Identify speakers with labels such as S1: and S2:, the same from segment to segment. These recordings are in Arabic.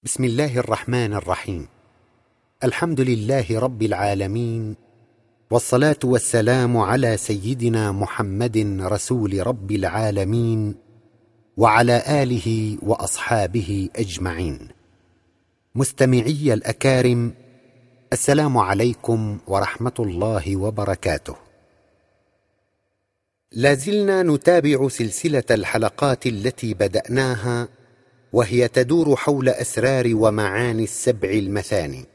S1: بسم الله الرحمن الرحيم. الحمد لله رب العالمين، والصلاة والسلام على سيدنا محمد رسول رب العالمين وعلى آله وأصحابه أجمعين. مستمعي الأكارم، السلام عليكم ورحمة الله وبركاته. لازلنا نتابع سلسلة الحلقات التي بدأناها، وهي تدور حول أسرار ومعاني السبع المثاني.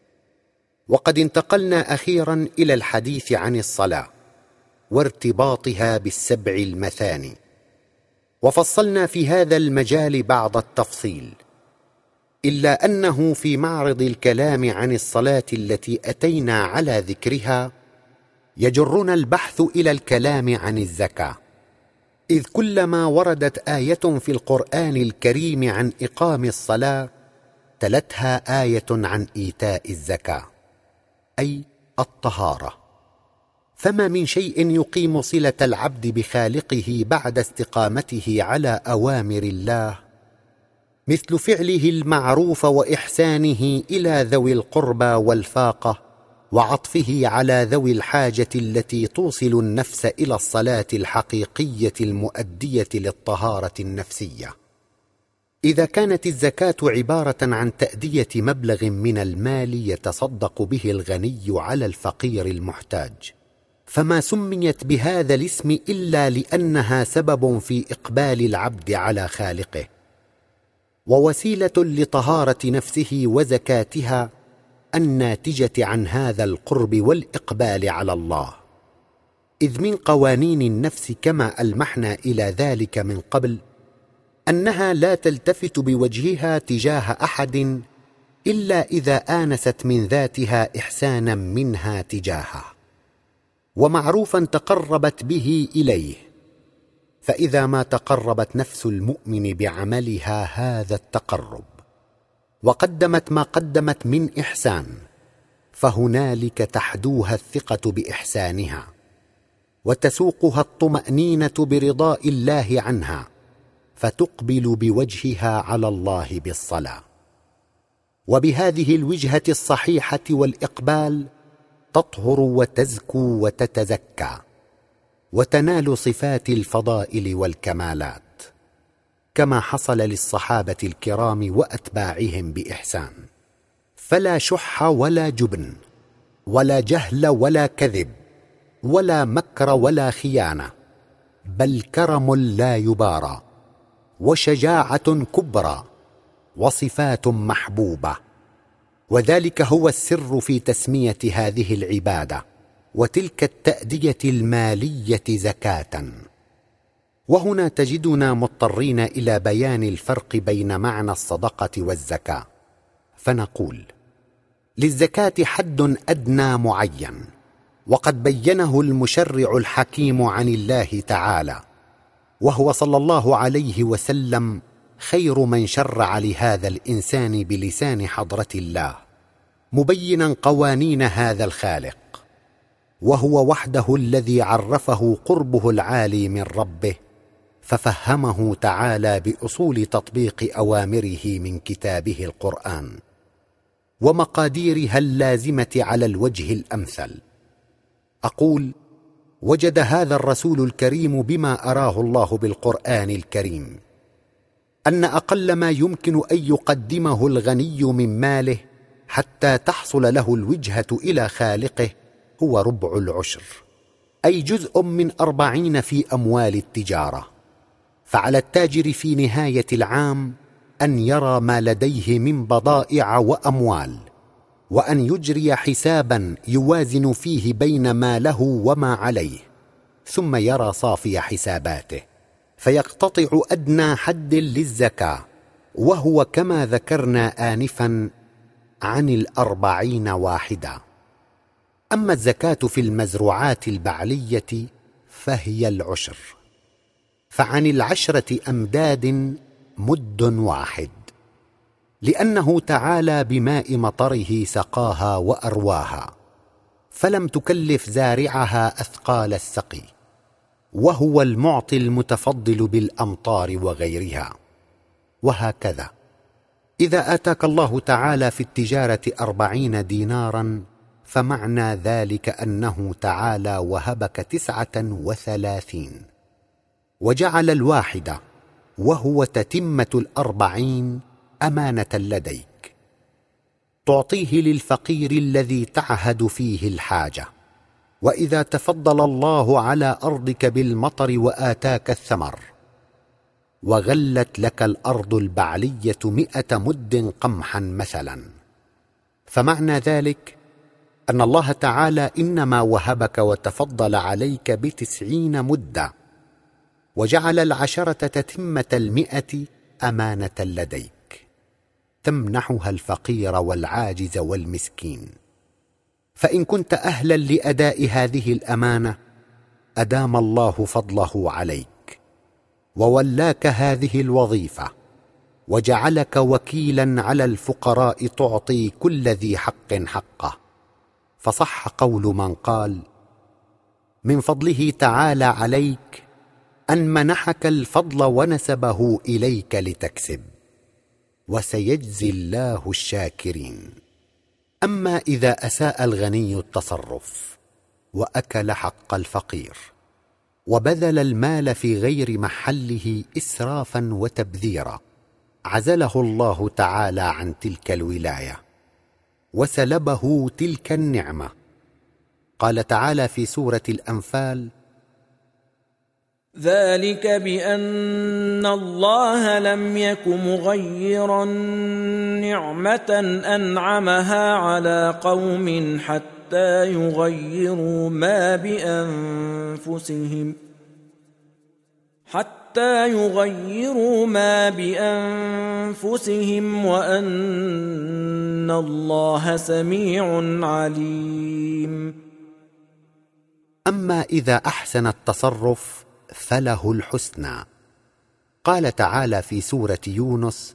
S1: وقد انتقلنا أخيرا إلى الحديث عن الصلاة وارتباطها بالسبع المثاني، وفصلنا في هذا المجال بعض التفصيل، إلا أنه في معرض الكلام عن الصلاة التي أتينا على ذكرها يجرنا البحث إلى الكلام عن الزكاة، إذ كلما وردت آية في القرآن الكريم عن إقام الصلاة تلتها آية عن إيتاء الزكاة، أي الطهارة. فما من شيء يقيم صلة العبد بخالقه بعد استقامته على أوامر الله مثل فعله المعروف وإحسانه إلى ذوي القربى والفاقة، وعطفه على ذوي الحاجة التي توصل النفس إلى الصلاة الحقيقية المؤدية للطهارة النفسية. إذا كانت الزكاة عبارة عن تأدية مبلغ من المال يتصدق به الغني على الفقير المحتاج، فما سميت بهذا الاسم إلا لأنها سبب في إقبال العبد على خالقه، ووسيلة لطهارة نفسه وزكاتها الناتجة عن هذا القرب والإقبال على الله. إذ من قوانين النفس كما ألمحنا إلى ذلك من قبل أنها لا تلتفت بوجهها تجاه أحد إلا إذا آنست من ذاتها إحسانا منها تجاهه ومعروفا تقربت به إليه. فإذا ما تقربت نفس المؤمن بعملها هذا التقرب وقدمت ما قدمت من إحسان، فهنالك تحدوها الثقة بإحسانها وتسوقها الطمأنينة برضاء الله عنها، فتقبل بوجهها على الله بالصلاة. وبهذه الوجهة الصحيحة والإقبال تطهر وتزكو وتتزكى وتنال صفات الفضائل والكمالات، كما حصل للصحابة الكرام وأتباعهم بإحسان. فلا شح ولا جبن ولا جهل ولا كذب ولا مكر ولا خيانة، بل كرم لا يبارى وشجاعة كبرى وصفات محبوبة. وذلك هو السر في تسمية هذه العبادة وتلك التأدية المالية زكاة. وهنا تجدنا مضطرين إلى بيان الفرق بين معنى الصدقة والزكاة، فنقول: للزكاة حد أدنى معين، وقد بينه المشرع الحكيم عن الله تعالى، وهو صلى الله عليه وسلم خير من شرع لهذا الإنسان بلسان حضرة الله، مبينا قوانين هذا الخالق، وهو وحده الذي عرفه قربه العالي من ربه، ففهمه تعالى بأصول تطبيق أوامره من كتابه القرآن ومقاديرها اللازمة على الوجه الأمثل. أقول: وجد هذا الرسول الكريم بما أراه الله بالقرآن الكريم أن أقل ما يمكن أن يقدمه الغني من ماله حتى تحصل له الوجهة إلى خالقه هو ربع العشر، أي جزء من 40 في أموال التجارة. فعلى التاجر في نهاية العام أن يرى ما لديه من بضائع وأموال، وأن يجري حسابا يوازن فيه بين ما له وما عليه، ثم يرى صافي حساباته فيقتطع أدنى حد للزكاة، وهو كما ذكرنا آنفا عن 40 واحدة. أما الزكاة في المزروعات البعلية فهي العشر، فعن 10 أمداد مد واحد، لأنه تعالى بماء مطره سقاها وأرواها، فلم تكلف زارعها أثقال السقي، وهو المعطي المتفضل بالأمطار وغيرها. وهكذا إذا آتاك الله تعالى في التجارة 40 دينارا فمعنى ذلك أنه تعالى وهبك 39 وجعل الواحدة وهو تتمة 40 أمانة لديك تعطيه للفقير الذي تعهد فيه الحاجة. وإذا تفضل الله على أرضك بالمطر وآتاك الثمر وغلت لك الأرض البعلية 100 مد قمحا مثلا، فمعنى ذلك أن الله تعالى إنما وهبك وتفضل عليك ب90 مدة وجعل 10 تتمة 100 أمانة لديك تمنحها الفقير والعاجز والمسكين. فإن كنت أهلا لأداء هذه الأمانة أدام الله فضله عليك وولاك هذه الوظيفة وجعلك وكيلا على الفقراء تعطي كل ذي حق حقه. فصح قول من قال: من فضله تعالى عليك أن منحك الفضل ونسبه إليك لتكسب، وسيجزي الله الشاكرين. أما إذا أساء الغني التصرف وأكل حق الفقير وبذل المال في غير محله إسرافا وتبذيرا، عزله الله تعالى عن تلك الولاية وسلبه تلك النعمة. قال تعالى في سورة الأنفال:
S2: ذلك بأن الله لم يك مغيرا نعمة أنعمها على قوم حتى يغيروا ما بأنفسهم وأن الله سميع عليم.
S1: أما إذا أحسن التصرف فله الحسنى. قال تعالى في سورة يونس: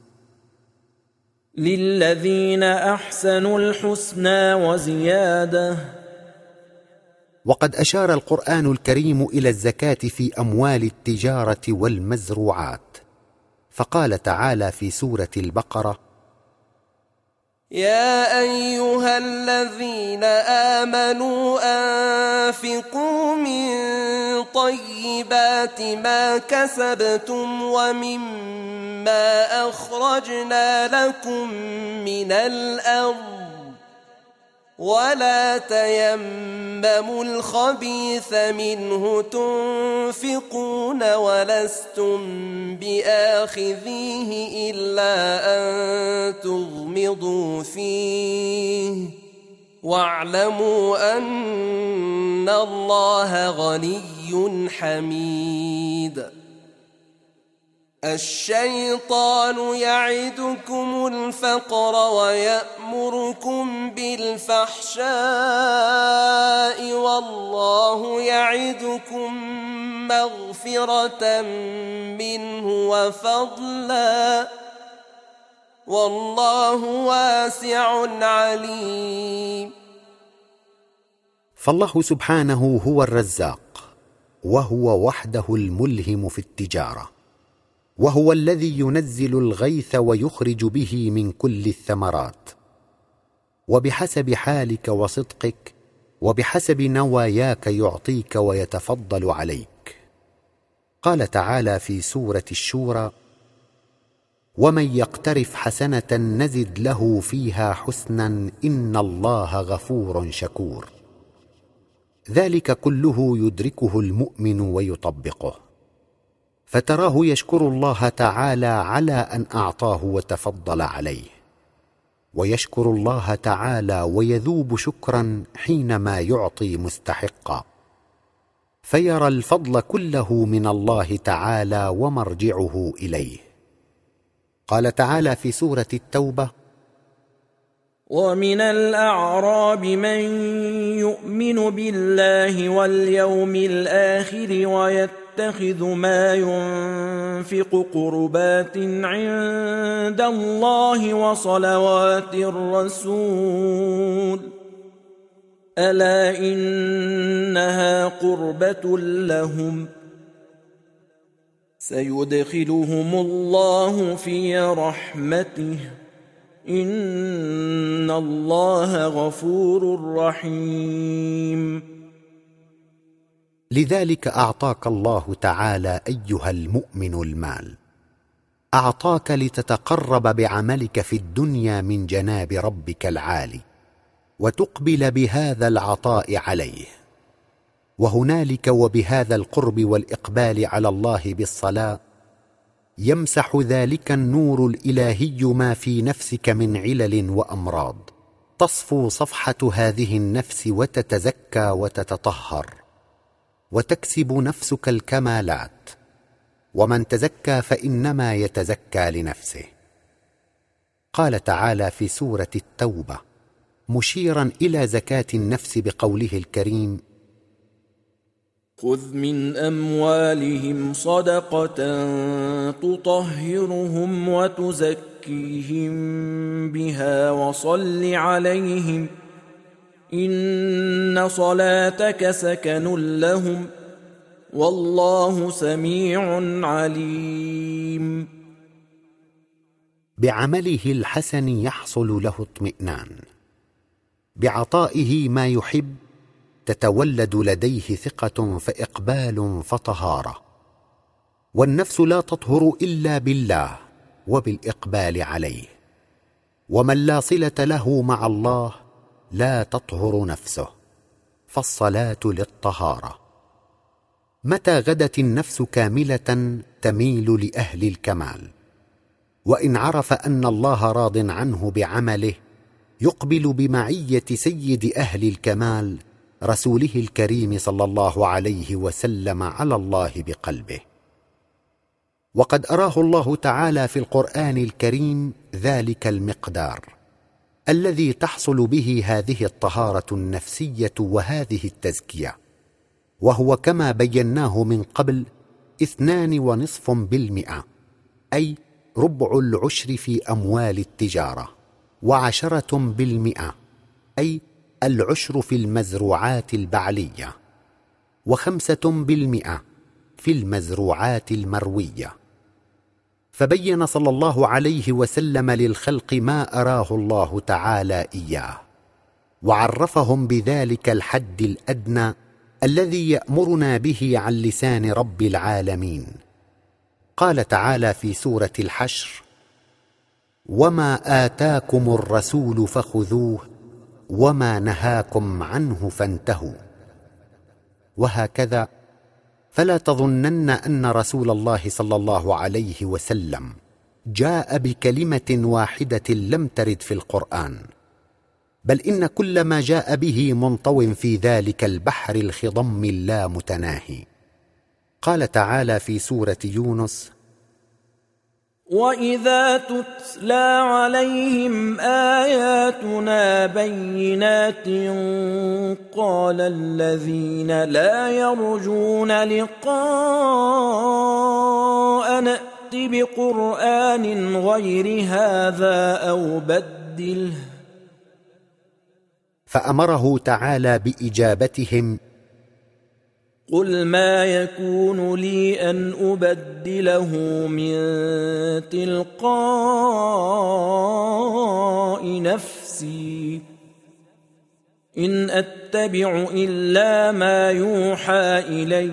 S2: للذين أحسنوا الحسنى وزيادة.
S1: وقد أشار القرآن الكريم إلى الزكاة في أموال التجارة والمزروعات، فقال تعالى في سورة البقرة:
S3: يا أيها الذين آمنوا أنفقوا من طيبات ما كسبتم ومما أخرجنا لكم من الأرض ولا تيمموا الخبيث منه تنفقون ولستم بآخذيه إلا أن تغمضوا فيه واعلموا أن الله غني حميد. الشيطان يعدكم الفقر ويأمركم بالفحشاء والله يعدكم مغفرة منه وفضلا والله واسع عليم.
S1: فالله سبحانه هو الرزاق، وهو وحده الملهم في التجارة، وهو الذي ينزل الغيث ويخرج به من كل الثمرات، وبحسب حالك وصدقك وبحسب نواياك يعطيك ويتفضل عليك. قال تعالى في سورة الشورى: ومن يقترف حسنة نزد له فيها حسنا إن الله غفور شكور. ذلك كله يدركه المؤمن ويطبقه، فتراه يشكر الله تعالى على أن أعطاه وتفضل عليه، ويشكر الله تعالى ويذوب شكرا حينما يعطي مستحقا، فيرى الفضل كله من الله تعالى ومرجعه إليه. قال تعالى في سورة التوبة:
S2: ومن الأعراب من يؤمن بالله واليوم الآخر ويتخذ ما ينفق قربات عند الله وصلوات الرسول ألا إنها قربة لهم سيدخلهم الله في رحمته إن الله غفور رحيم.
S1: لذلك أعطاك الله تعالى أيها المؤمن المال، أعطاك لتتقرب بعملك في الدنيا من جناب ربك العالي، وتقبل بهذا العطاء عليه. وهنالك وبهذا القرب والإقبال على الله بالصلاة يمسح ذلك النور الإلهي ما في نفسك من علل وأمراض، تصفو صفحة هذه النفس وتتزكى وتتطهر، وتكسب نفسك الكمالات. ومن تزكى فإنما يتزكى لنفسه. قال تعالى في سورة التوبة مشيرا إلى زكاة النفس بقوله الكريم:
S2: خذ من أموالهم صدقة تطهرهم وتزكيهم بها وصل عليهم إن صلاتك سكن لهم والله سميع عليم.
S1: بعمله الحسن يحصل له اطمئنان، بعطائه ما يحب تتولد لديه ثقة فإقبال فطهارة. والنفس لا تطهر إلا بالله وبالإقبال عليه، ومن لا صلة له مع الله لا تطهر نفسه، فالصلاة للطهارة. متى غدت النفس كاملة تميل لأهل الكمال، وإن عرف أن الله راض عنه بعمله يقبل بمعية سيد أهل الكمال رسوله الكريم صلى الله عليه وسلم على الله بقلبه. وقد أراه الله تعالى في القرآن الكريم ذلك المقدار الذي تحصل به هذه الطهارة النفسية وهذه التزكية، وهو كما بيناه من قبل 2.5%، أي ربع العشر في أموال التجارة، و10%، أي العشر في المزروعات البعلية، و5% في المزروعات المروية. فبين صلى الله عليه وسلم للخلق ما أراه الله تعالى إياه، وعرفهم بذلك الحد الأدنى الذي يأمرنا به عن لسان رب العالمين. قال تعالى في سورة الحشر: وما آتاكم الرسول فخذوه وما نهاكم عنه فانتهوا. وهكذا فلا تظنن أن رسول الله صلى الله عليه وسلم جاء بكلمة واحدة لم ترد في القرآن، بل إن كل ما جاء به منطو في ذلك البحر الخضم اللامتناهي. قال تعالى في سورة يونس:
S2: وإذا تتلى عليهم آياتنا بينات قال الذين لا يرجون لقاء نأت بقرآن غير هذا أو بدله.
S1: فأمره تعالى بإجابتهم:
S2: قل ما يكون لي أن أبدله من تلقاء نفسي إن أتبع إلا ما يوحى إلي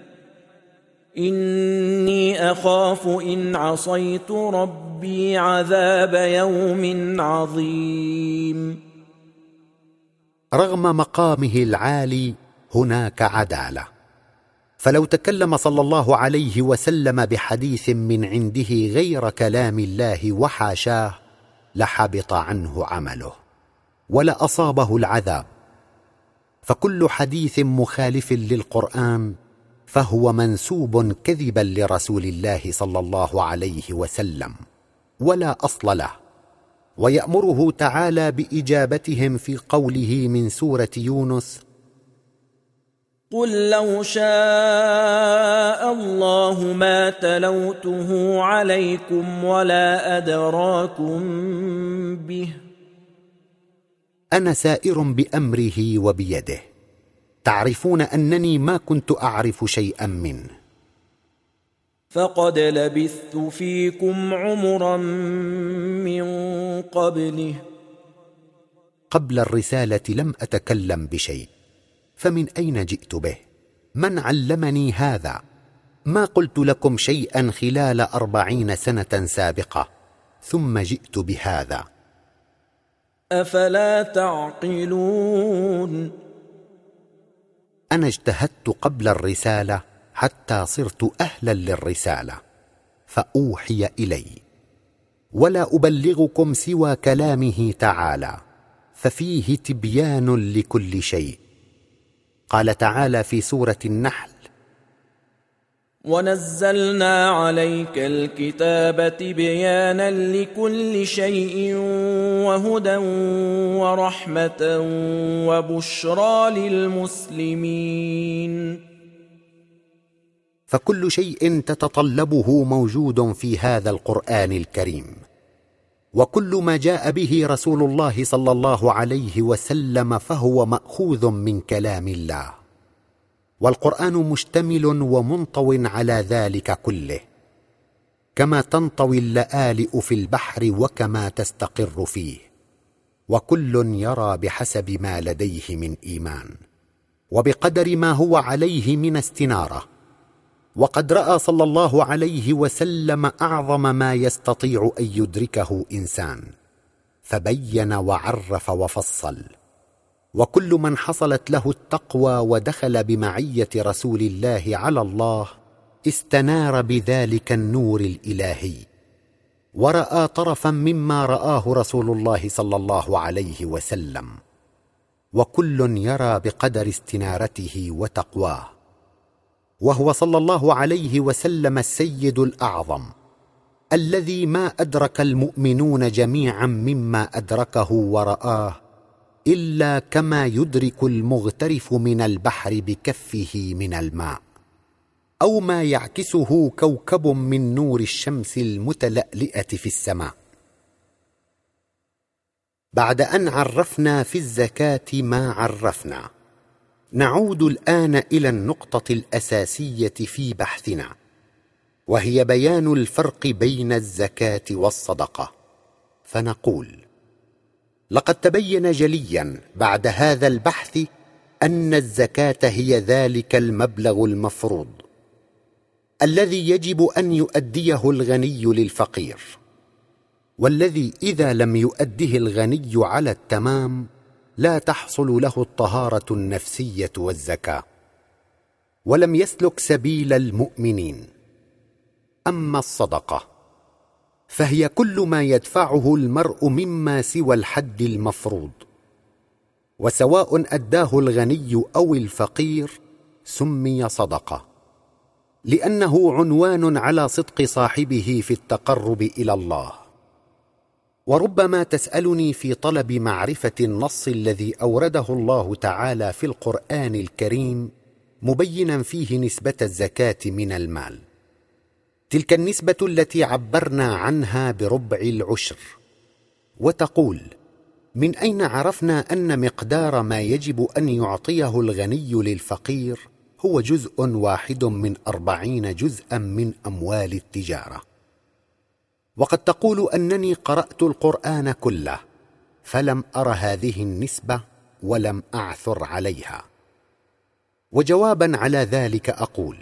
S2: إني أخاف إن عصيت ربي عذاب يوم عظيم.
S1: رغم مقامه العالي هناك عدالة، فلو تكلم صلى الله عليه وسلم بحديث من عنده غير كلام الله وحاشاه لحبط عنه عمله ولأصابه العذاب. فكل حديث مخالف للقرآن فهو منسوب كذبا لرسول الله صلى الله عليه وسلم ولا أصل له. ويأمره تعالى بإجابتهم في قوله من سورة يونس:
S2: قل لو شاء الله ما تلوته عليكم ولا أدراكم به.
S1: أنا سائر بأمره وبيده، تعرفون أنني ما كنت أعرف شيئا منه.
S2: فقد لبثت فيكم عمرا من قبله.
S1: قبل الرسالة لم أتكلم بشيء، فمن أين جئت به؟ من علمني هذا؟ ما قلت لكم شيئا خلال 40 سنة سابقة، ثم جئت بهذا.
S2: أفلا تعقلون؟
S1: أنا اجتهدت قبل الرسالة حتى صرت أهلا للرسالة، فأوحي إلي، ولا أبلغكم سوى كلامه تعالى، ففيه تبيان لكل شيء. قال تعالى في سورة النحل:
S2: ونزلنا عليك الكتاب تبيانا لكل شيء وهدى ورحمة وبشرى للمسلمين.
S1: فكل شيء تتطلبه موجود في هذا القرآن الكريم، وكل ما جاء به رسول الله صلى الله عليه وسلم فهو مأخوذ من كلام الله، والقرآن مشتمل ومنطو على ذلك كله، كما تنطوي اللآلئ في البحر وكما تستقر فيه، وكل يرى بحسب ما لديه من إيمان وبقدر ما هو عليه من استنارة. وقد رأى صلى الله عليه وسلم أعظم ما يستطيع أن يدركه إنسان، فبين وعرف وفصل. وكل من حصلت له التقوى ودخل بمعية رسول الله على الله استنار بذلك النور الإلهي، ورأى طرفا مما رآه رسول الله صلى الله عليه وسلم، وكل يرى بقدر استنارته وتقواه. وهو صلى الله عليه وسلم السيد الأعظم الذي ما أدرك المؤمنون جميعا مما أدركه ورآه إلا كما يدرك المغترف من البحر بكفه من الماء، أو ما يعكسه كوكب من نور الشمس المتلألئة في السماء. بعد أن عرفنا في الزكاة ما عرفنا، نعود الآن إلى النقطة الأساسية في بحثنا، وهي بيان الفرق بين الزكاة والصدقة. فنقول: لقد تبين جليا بعد هذا البحث أن الزكاة هي ذلك المبلغ المفروض الذي يجب أن يؤديه الغني للفقير، والذي إذا لم يؤده الغني على التمام لا تحصل له الطهارة النفسية والزكاة، ولم يسلك سبيل المؤمنين. أما الصدقة فهي كل ما يدفعه المرء مما سوى الحد المفروض، وسواء أداه الغني أو الفقير سمي صدقة، لأنه عنوان على صدق صاحبه في التقرب إلى الله. وربما تسألني في طلب معرفة النص الذي أورده الله تعالى في القرآن الكريم مبينا فيه نسبة الزكاة من المال، تلك النسبة التي عبرنا عنها بربع العشر، وتقول: من أين عرفنا أن مقدار ما يجب أن يعطيه الغني للفقير هو جزء واحد من 40 جزءا من أموال التجارة؟ وقد تقول أنني قرأت القرآن كله فلم أر هذه النسبة ولم أعثر عليها. وجوابا على ذلك أقول: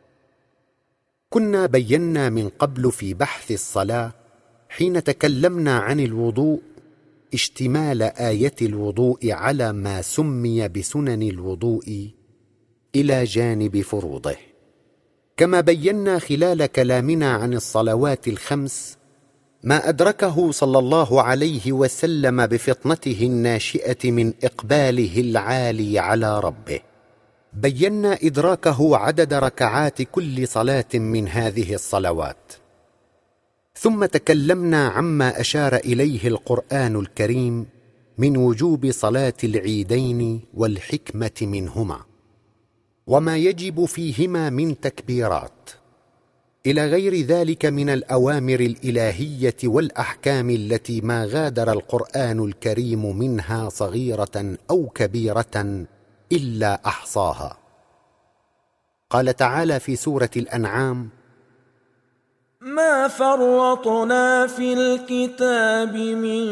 S1: كنا بينا من قبل في بحث الصلاة حين تكلمنا عن الوضوء اشتمال آية الوضوء على ما سمي بسنن الوضوء إلى جانب فروضه، كما بينا خلال كلامنا عن الصلوات الخمس ما أدركه صلى الله عليه وسلم بفطنته الناشئة من إقباله العالي على ربه. بينا إدراكه عدد ركعات كل صلاة من هذه الصلوات، ثم تكلمنا عما أشار إليه القرآن الكريم من وجوب صلاة العيدين والحكمة منهما، وما يجب فيهما من تكبيرات، إلى غير ذلك من الأوامر الإلهية والأحكام التي ما غادر القرآن الكريم منها صغيرة أو كبيرة إلا أحصاها. قال تعالى في سورة الأنعام:
S2: ما فرطنا في الكتاب من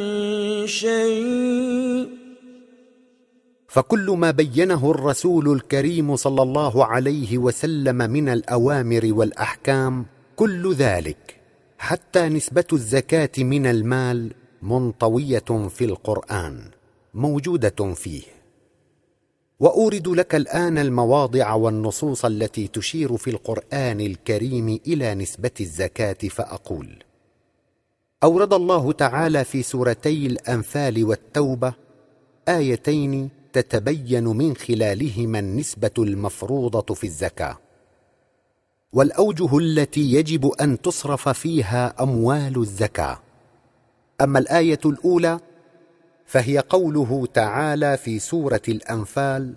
S2: شيء.
S1: فكل ما بينه الرسول الكريم صلى الله عليه وسلم من الأوامر والأحكام، كل ذلك حتى نسبة الزكاة من المال منطوية في القرآن، موجودة فيه. وأورد لك الآن المواضع والنصوص التي تشير في القرآن الكريم إلى نسبة الزكاة، فأقول: أورد الله تعالى في سورتي الأنفال والتوبة آيتين تتبين من خلالهما النسبة المفروضة في الزكاة، والأوجه التي يجب أن تصرف فيها أموال الزكاة. أما الآية الأولى فهي قوله تعالى في سورة الأنفال: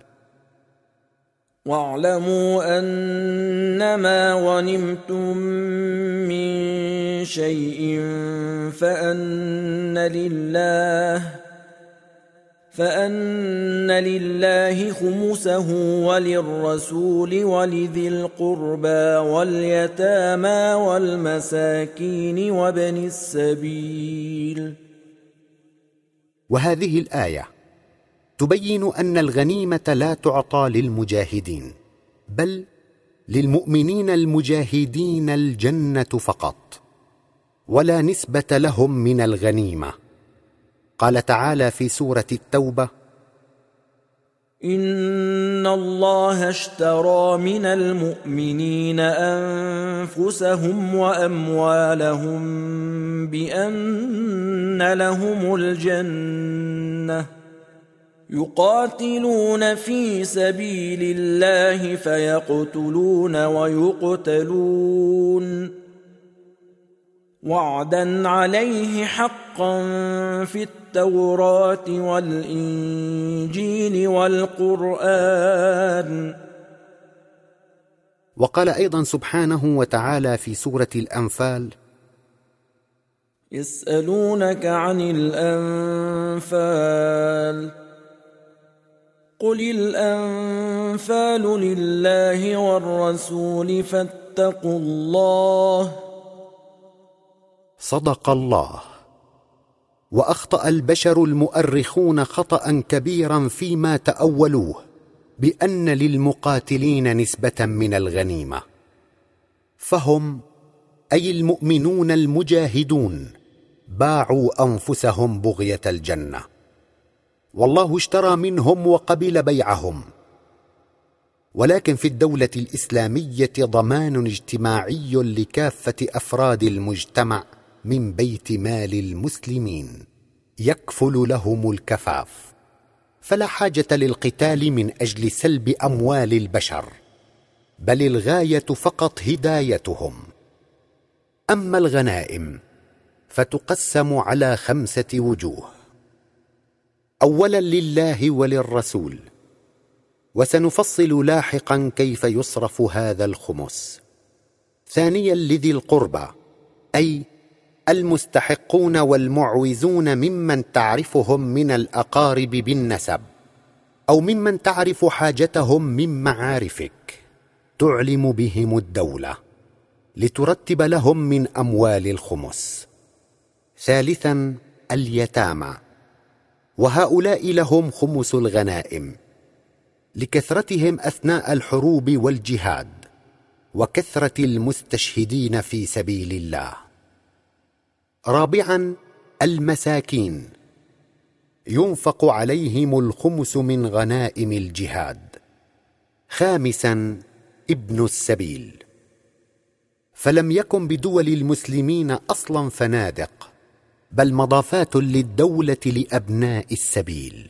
S2: واعلموا أنما غنمتم من شيء فأن لله خمسه وللرسول ولذي القربى واليتامى والمساكين وابن السبيل.
S1: وهذه الآية تبين أن الغنيمة لا تعطى للمجاهدين، بل للمؤمنين المجاهدين الجنة فقط، ولا نسبة لهم من الغنيمة. قال تعالى في سورة التوبة:
S2: إن الله اشترى من المؤمنين أنفسهم وأموالهم بأن لهم الجنة يقاتلون في سبيل الله فيقتلون ويقتلون وعدا عليه حقا في التوراة والإنجيل والقرآن.
S1: وقال أيضا سبحانه وتعالى في سورة الأنفال:
S2: يسألونك عن الأنفال قل الأنفال لله والرسول فاتقوا الله.
S1: صدق الله. وأخطأ البشر المؤرخون خطأ كبيرا فيما تأولوه بأن للمقاتلين نسبة من الغنيمة، فهم أي المؤمنون المجاهدون باعوا أنفسهم بغية الجنة، والله اشترى منهم وقبل بيعهم. ولكن في الدولة الإسلامية ضمان اجتماعي لكافة أفراد المجتمع من بيت مال المسلمين يكفل لهم الكفاف، فلا حاجة للقتال من أجل سلب أموال البشر، بل الغاية فقط هدايتهم. أما الغنائم فتقسم على 5 وجوه: أولا لله وللرسول، وسنفصل لاحقا كيف يصرف هذا الخمس. ثانيا لذي القربى، أي المستحقون والمعوزون ممن تعرفهم من الأقارب بالنسب، أو ممن تعرف حاجتهم من معارفك تعلم بهم الدولة لترتب لهم من أموال الخمس. ثالثا اليتامى، وهؤلاء لهم خمس الغنائم لكثرتهم أثناء الحروب والجهاد وكثرة المستشهدين في سبيل الله. رابعا المساكين، ينفق عليهم الخمس من غنائم الجهاد. خامسا ابن السبيل، فلم يكن بدول المسلمين أصلا فنادق، بل مضافات للدولة لأبناء السبيل.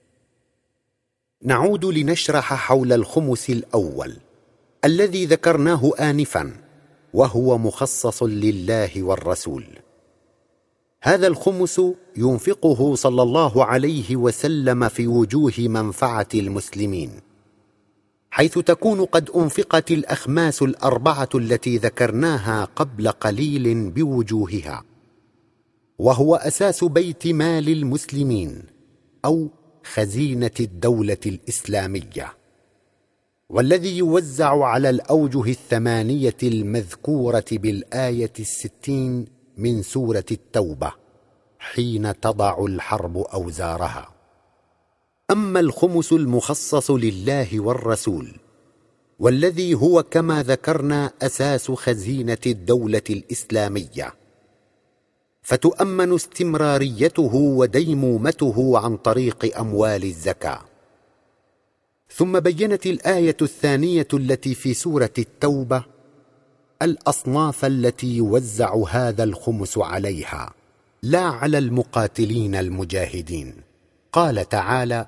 S1: نعود لنشرح حول الخمس الأول الذي ذكرناه آنفا، وهو مخصص لله والرسول. هذا الخمس ينفقه صلى الله عليه وسلم في وجوه منفعة المسلمين، حيث تكون قد أنفقت الأخماس 4 التي ذكرناها قبل قليل بوجوهها، وهو أساس بيت مال المسلمين أو خزينة الدولة الإسلامية. والذي يوزع على الأوجه 8 المذكورة بالآية 60 من سورة التوبة حين تضع الحرب أوزارها. أما الخمس المخصص لله والرسول، والذي هو كما ذكرنا أساس خزينة الدولة الإسلامية، فتؤمن استمراريته وديمومته عن طريق أموال الزكاة. ثم بينت الآية 2 التي في سورة التوبة الأصناف التي يوزع هذا الخمس عليها، لا على المقاتلين المجاهدين. قال تعالى: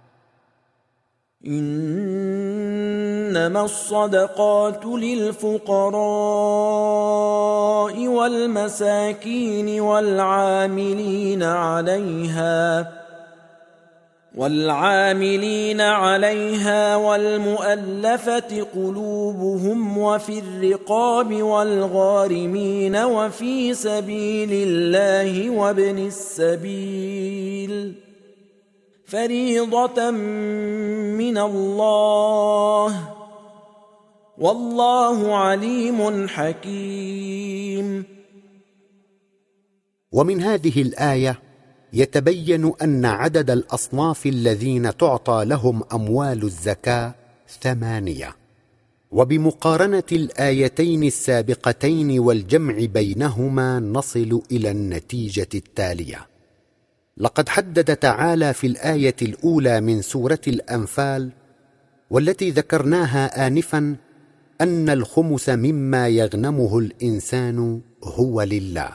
S2: إنما الصدقات للفقراء والمساكين والعاملين عليها والمؤلفة قلوبهم وفي الرقاب والغارمين وفي سبيل الله وابن السبيل فريضة من الله والله عليم حكيم.
S1: ومن هذه الآية يتبين أن عدد الأصناف الذين تعطى لهم أموال الزكاة 8، وبمقارنة الآيتين السابقتين والجمع بينهما نصل إلى النتيجة التالية: لقد حدد تعالى في الآية الأولى من سورة الأنفال والتي ذكرناها آنفا أن الخمس مما يغنمه الإنسان هو لله.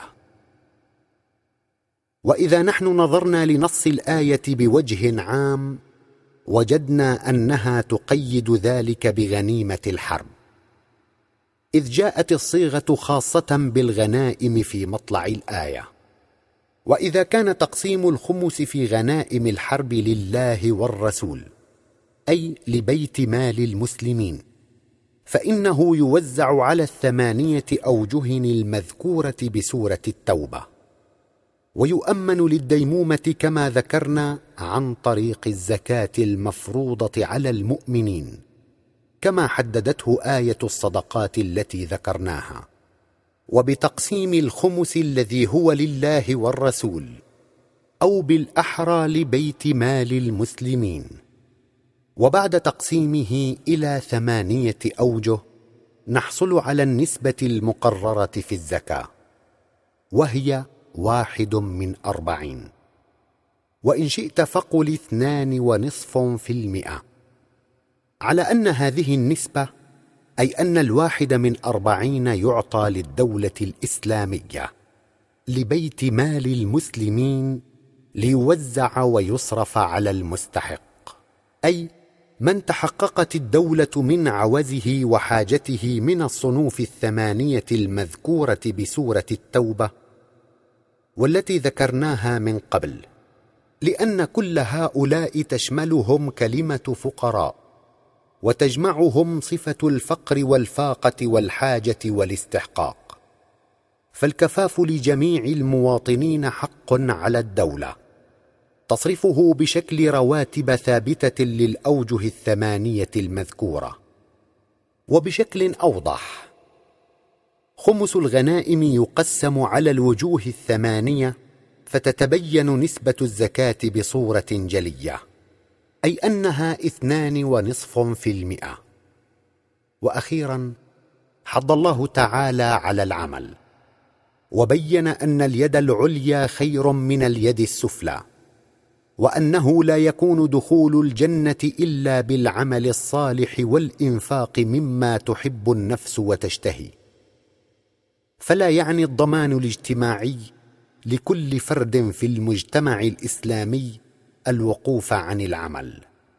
S1: وإذا نحن نظرنا لنص الآية بوجه عام وجدنا أنها تقيد ذلك بغنيمة الحرب، إذ جاءت الصيغة خاصة بالغنائم في مطلع الآية. وإذا كان تقسيم الخمس في غنائم الحرب لله والرسول، أي لبيت مال المسلمين، فإنه يوزع على 8 أوجه المذكورة بسورة التوبة، ويؤمن للديمومة كما ذكرنا عن طريق الزكاة المفروضة على المؤمنين كما حددته آية الصدقات التي ذكرناها، وبتقسيم الخمس الذي هو لله والرسول، أو بالأحرى لبيت مال المسلمين. وبعد تقسيمه إلى 8 أوجه نحصل على النسبة المقررة في الزكاة، وهي 1/40، وإن شئت فقل 2.5%، على أن هذه النسبة أي أن 1/40 يعطى للدولة الإسلامية لبيت مال المسلمين ليوزع ويصرف على المستحق، أي من تحققت الدولة من عوزه وحاجته من الصنوف 8 المذكورة بسورة التوبة والتي ذكرناها من قبل، لأن كل هؤلاء تشملهم كلمة فقراء، وتجمعهم صفة الفقر والفاقة والحاجة والاستحقاق، فالكفاف لجميع المواطنين حق على الدولة تصرفه بشكل رواتب ثابتة للأوجه 8 المذكورة. وبشكل أوضح، خمس الغنائم يقسم على الوجوه 8 فتتبين نسبة الزكاة بصورة جلية، أي أنها 2.5%. وأخيرا حض الله تعالى على العمل، وبين أن اليد العليا خير من اليد السفلى، وأنه لا يكون دخول الجنة إلا بالعمل الصالح والإنفاق مما تحب النفس وتشتهي، فلا يعني الضمان الاجتماعي لكل فرد في المجتمع الإسلامي الوقوف عن العمل،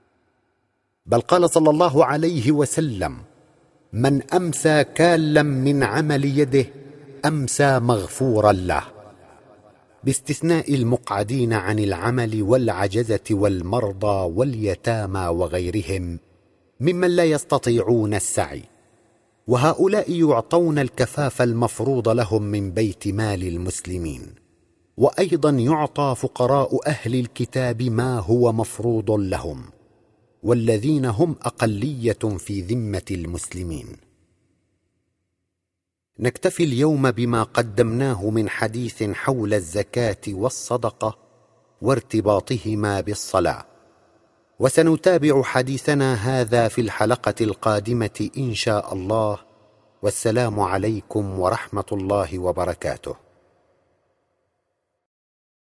S1: بل قال صلى الله عليه وسلم: من أمسى كالا من عمل يده أمسى مغفورا له، باستثناء المقعدين عن العمل والعجزة والمرضى واليتامى وغيرهم ممن لا يستطيعون السعي، وهؤلاء يعطون الكفاف المفروض لهم من بيت مال المسلمين. وأيضا يعطى فقراء أهل الكتاب ما هو مفروض لهم، والذين هم أقلية في ذمة المسلمين. نكتفي اليوم بما قدمناه من حديث حول الزكاة والصدقة وارتباطهما بالصلاة، وسنتابع حديثنا هذا في الحلقة القادمة إن شاء الله. والسلام عليكم ورحمة الله وبركاته.